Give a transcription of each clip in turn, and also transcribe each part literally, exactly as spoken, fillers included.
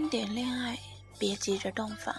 轻点恋爱，别急着洞房。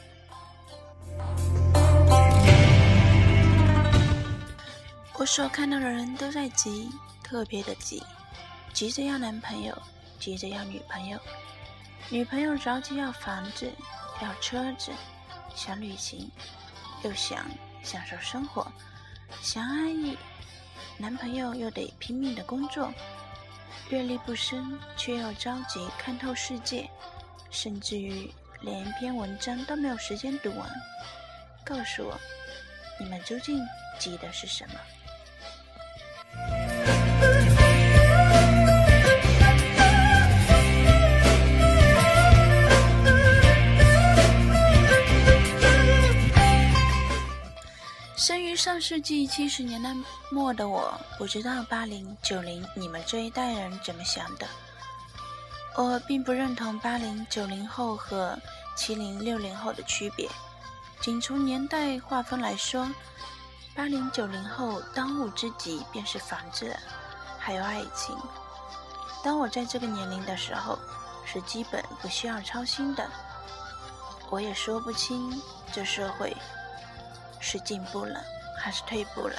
我所看到的人都在急，特别的急，急着要男朋友，急着要女朋友，女朋友着急要房子，要车子，想旅行，又想享受生活，想安逸，男朋友又得拼命的工作，阅历不深，却又着急看透世界，甚至于连一篇文章都没有时间读完。告诉我，你们究竟急的是什么？生于上世纪七十年代末的我，不知道八零、九零你们这一代人怎么想的。我并不认同八零、九零后和七零、六零后的区别，仅从年代划分来说，八零、九零后当务之急便是房子了，还有爱情。当我在这个年龄的时候，是基本不需要操心的。我也说不清这社会是进步了还是退步了。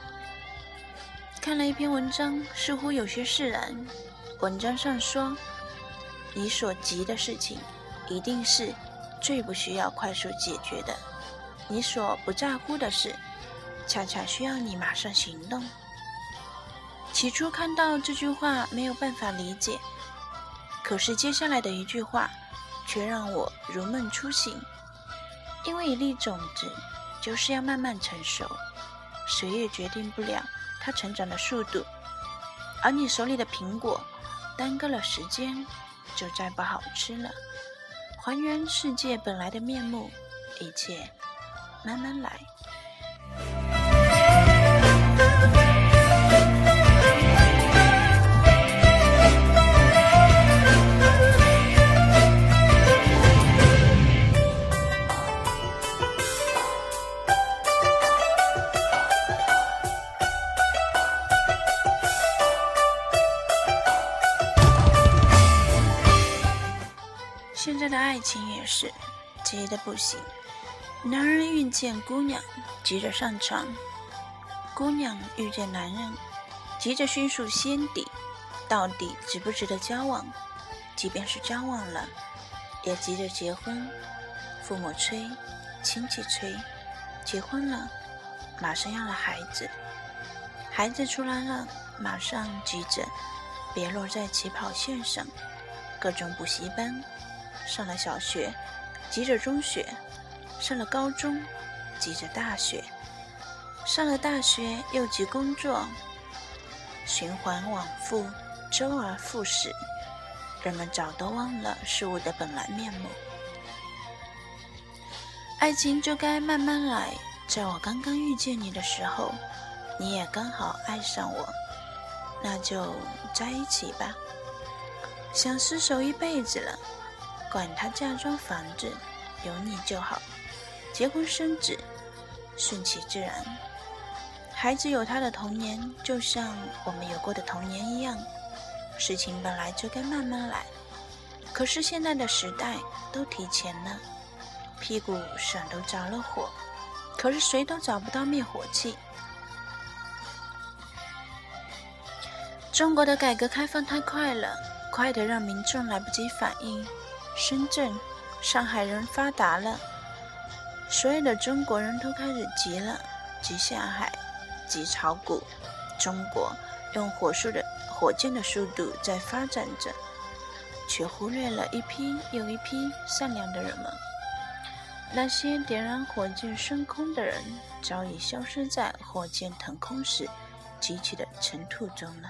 看了一篇文章，似乎有些释然。文章上说，你所急的事情一定是最不需要快速解决的，你所不在乎的事恰恰需要你马上行动。起初看到这句话没有办法理解，可是接下来的一句话却让我如梦初醒。因为一粒种子就是要慢慢成熟，谁也决定不了它成长的速度，而你手里的苹果耽搁了时间，就再不好吃了。还原世界本来的面目，一切慢慢来。现在的爱情也是急得不行，男人遇见姑娘急着上床，姑娘遇见男人急着迅速先底，到底值不值得交往？即便是交往了，也急着结婚，父母催，亲戚催，结婚了，马上要了孩子，孩子出来了，马上急着别落在起跑线上，各种补习班，上了小学急着中学，上了高中急着大学，上了大学又急工作，循环往复，周而复始，人们早都忘了事物的本来面目。爱情就该慢慢来，在我刚刚遇见你的时候，你也刚好爱上我，那就在一起吧。想厮守一辈子了，管他嫁妆房子，有你就好，结婚生子，顺其自然。孩子有他的童年，就像我们有过的童年一样，事情本来就该慢慢来。可是现在的时代都提前了，屁股上都着了火，可是谁都找不到灭火器。中国的改革开放太快了，快得让民众来不及反应。深圳、上海人发达了，所有的中国人都开始急了，急下海，急炒股。中国用火速的火箭的速度在发展着，却忽略了一批又一批善良的人们。那些点燃火箭升空的人，早已消失在火箭腾空时激起的尘土中了。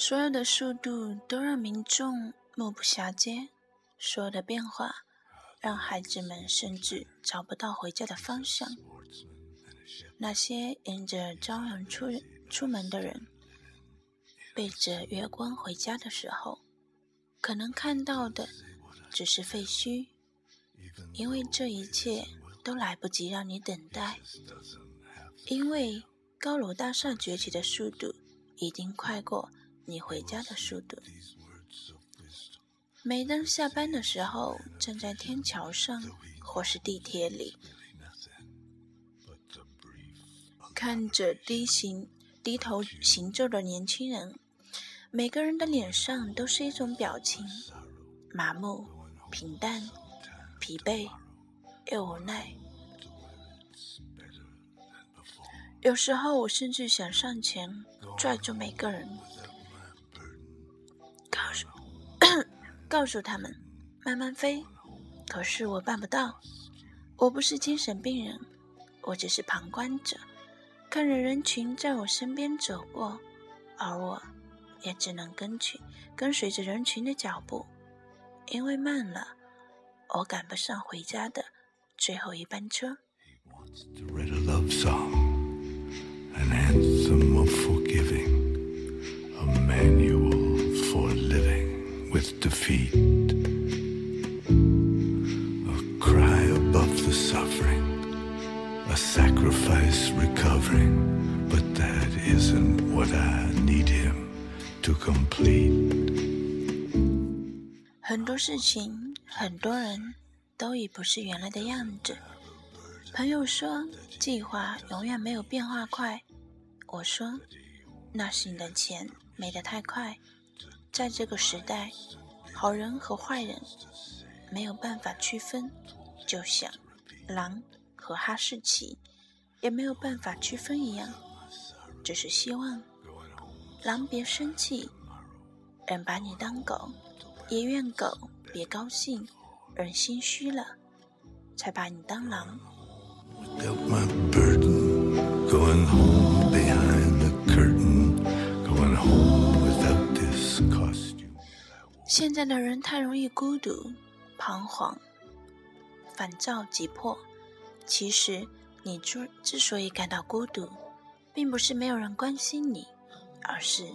所有的速度都让民众目不暇接，所有的变化让孩子们甚至找不到回家的方向。那些沿着朝阳出出门的人，背着月光回家的时候，可能看到的只是废墟，因为这一切都来不及让你等待，因为高楼大厦崛起的速度已经快过你回家的速度。每当下班的时候，站在天桥上或是地铁里，看着低行低头行走的年轻人，每个人的脸上都是一种表情，麻木、平淡、疲惫又无奈。有时候我甚至想上前拽住每个人，告诉告诉他们慢慢飞，可是我办不到。我不是精神病人，我只是旁观者，看着人群在我身边走过，而我也只能跟去跟随着人群的脚步，因为慢了，我赶不上回家的最后一班车。 An anthem of forgiving, a manual for living with defeat, a cry above the suffering, a sacrifice recovering, but that isn't what I need him to complete. 很多事情，很多人都已不是原来的样子。朋友说计划永远没有变化快，我说那是你的钱没得太快。在这个时代，好人和坏人没有办法区分，就像狼和哈士奇也没有办法区分一样。只是希望狼别生气，人把你当狗，也愿狗别高兴，人心虚了才把你当狼。 Without my burden, going home behind the curtain, going home without this costume. 现在的人太容易孤独、彷徨、烦躁、急迫。其实你之之所以感到孤独，并不是没有人关心你，而是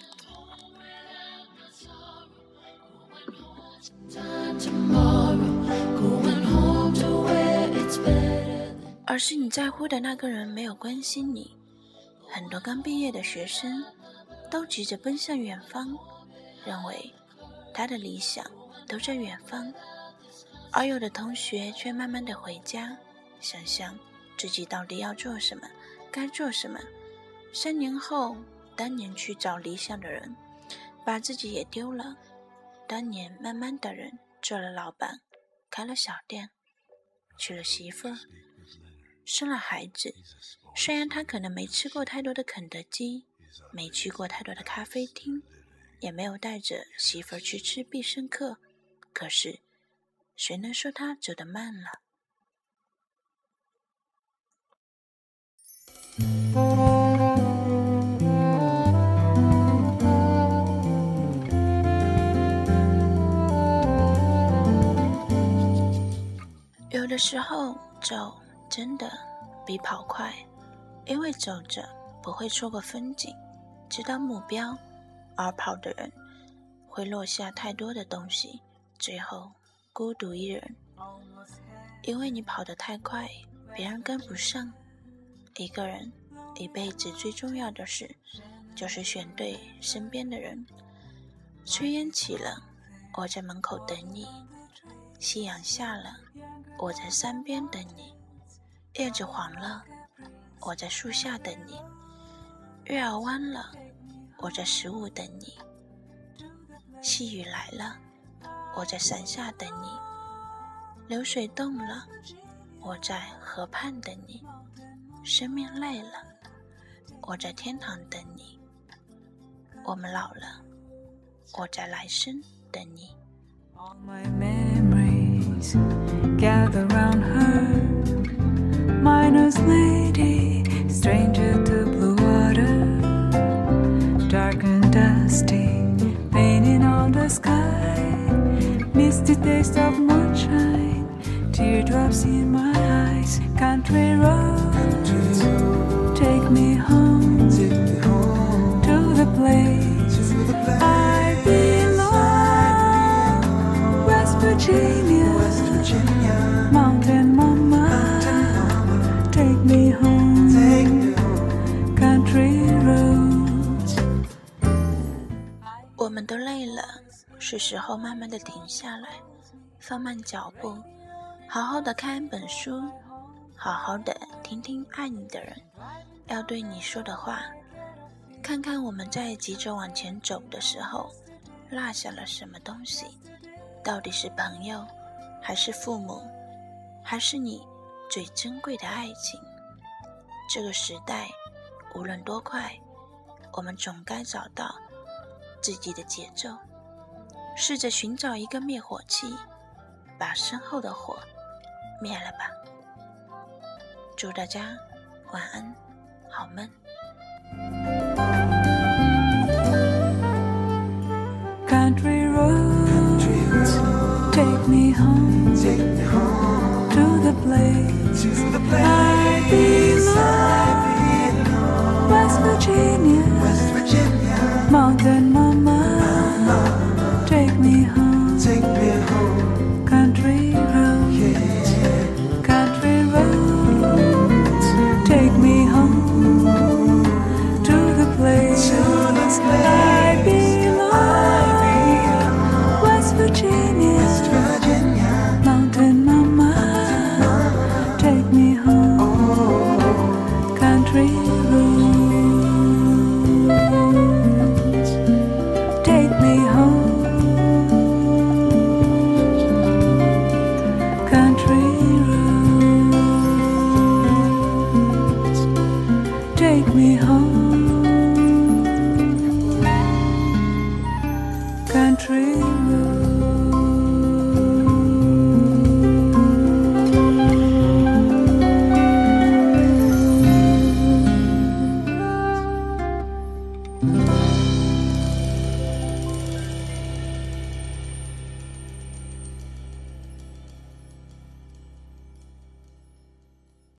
而是你在乎的那个人没有关心你。很多刚毕业的学生都急着奔向远方，认为他的理想都在远方，而有的同学却慢慢的回家，想想自己到底要做什么，该做什么。三年后，当年去找理想的人，把自己也丢了。当年慢慢的人做了老板，开了小店，娶了媳妇，生了孩子。虽然他可能没吃过太多的肯德基，没去过太多的咖啡厅，也没有带着媳妇去吃必胜客，可是谁能说他走得慢了？有的时候走真的比跑快，因为走着不会错过风景，知道目标，而跑的人会落下太多的东西，最后孤独一人。因为你跑得太快，别人跟不上。一个人一辈子最重要的事，就是选对身边的人。炊烟起了，我在门口等你；夕阳下了，我在山边等你；叶子黄了，我在树下等你；月儿弯了，我在十五等你；细雨来了，我在山下等你；流水动了，我在河畔等你；生命累了，我在天堂等你；我们老了，我在来生等你。 All my memories gather round her, miner's lady, stranger to blue water, dark and dusty. Country roads, take me home to the place I belong. West Virginia, Mountain Mama, take me home. Country roads. 我们都累了，是时候慢慢的停下来，放慢脚步，好好的看一本书，好好的听听爱你的人要对你说的话，看看我们在急着往前走的时候落下了什么东西，到底是朋友，还是父母，还是你最珍贵的爱情。这个时代无论多快，我们总该找到自己的节奏，试着寻找一个灭火器，把身后的火灭了吧。祝大家晚安，好梦。 Country roads, take me home, to the place I belong. West Virginia, Mountain Mama, take me home. Country roads, country roads, take me home to the place I belong. West Virginia, Mountain Mama, take me home. Country roads, take me home. Country roads, take me home. Country roads.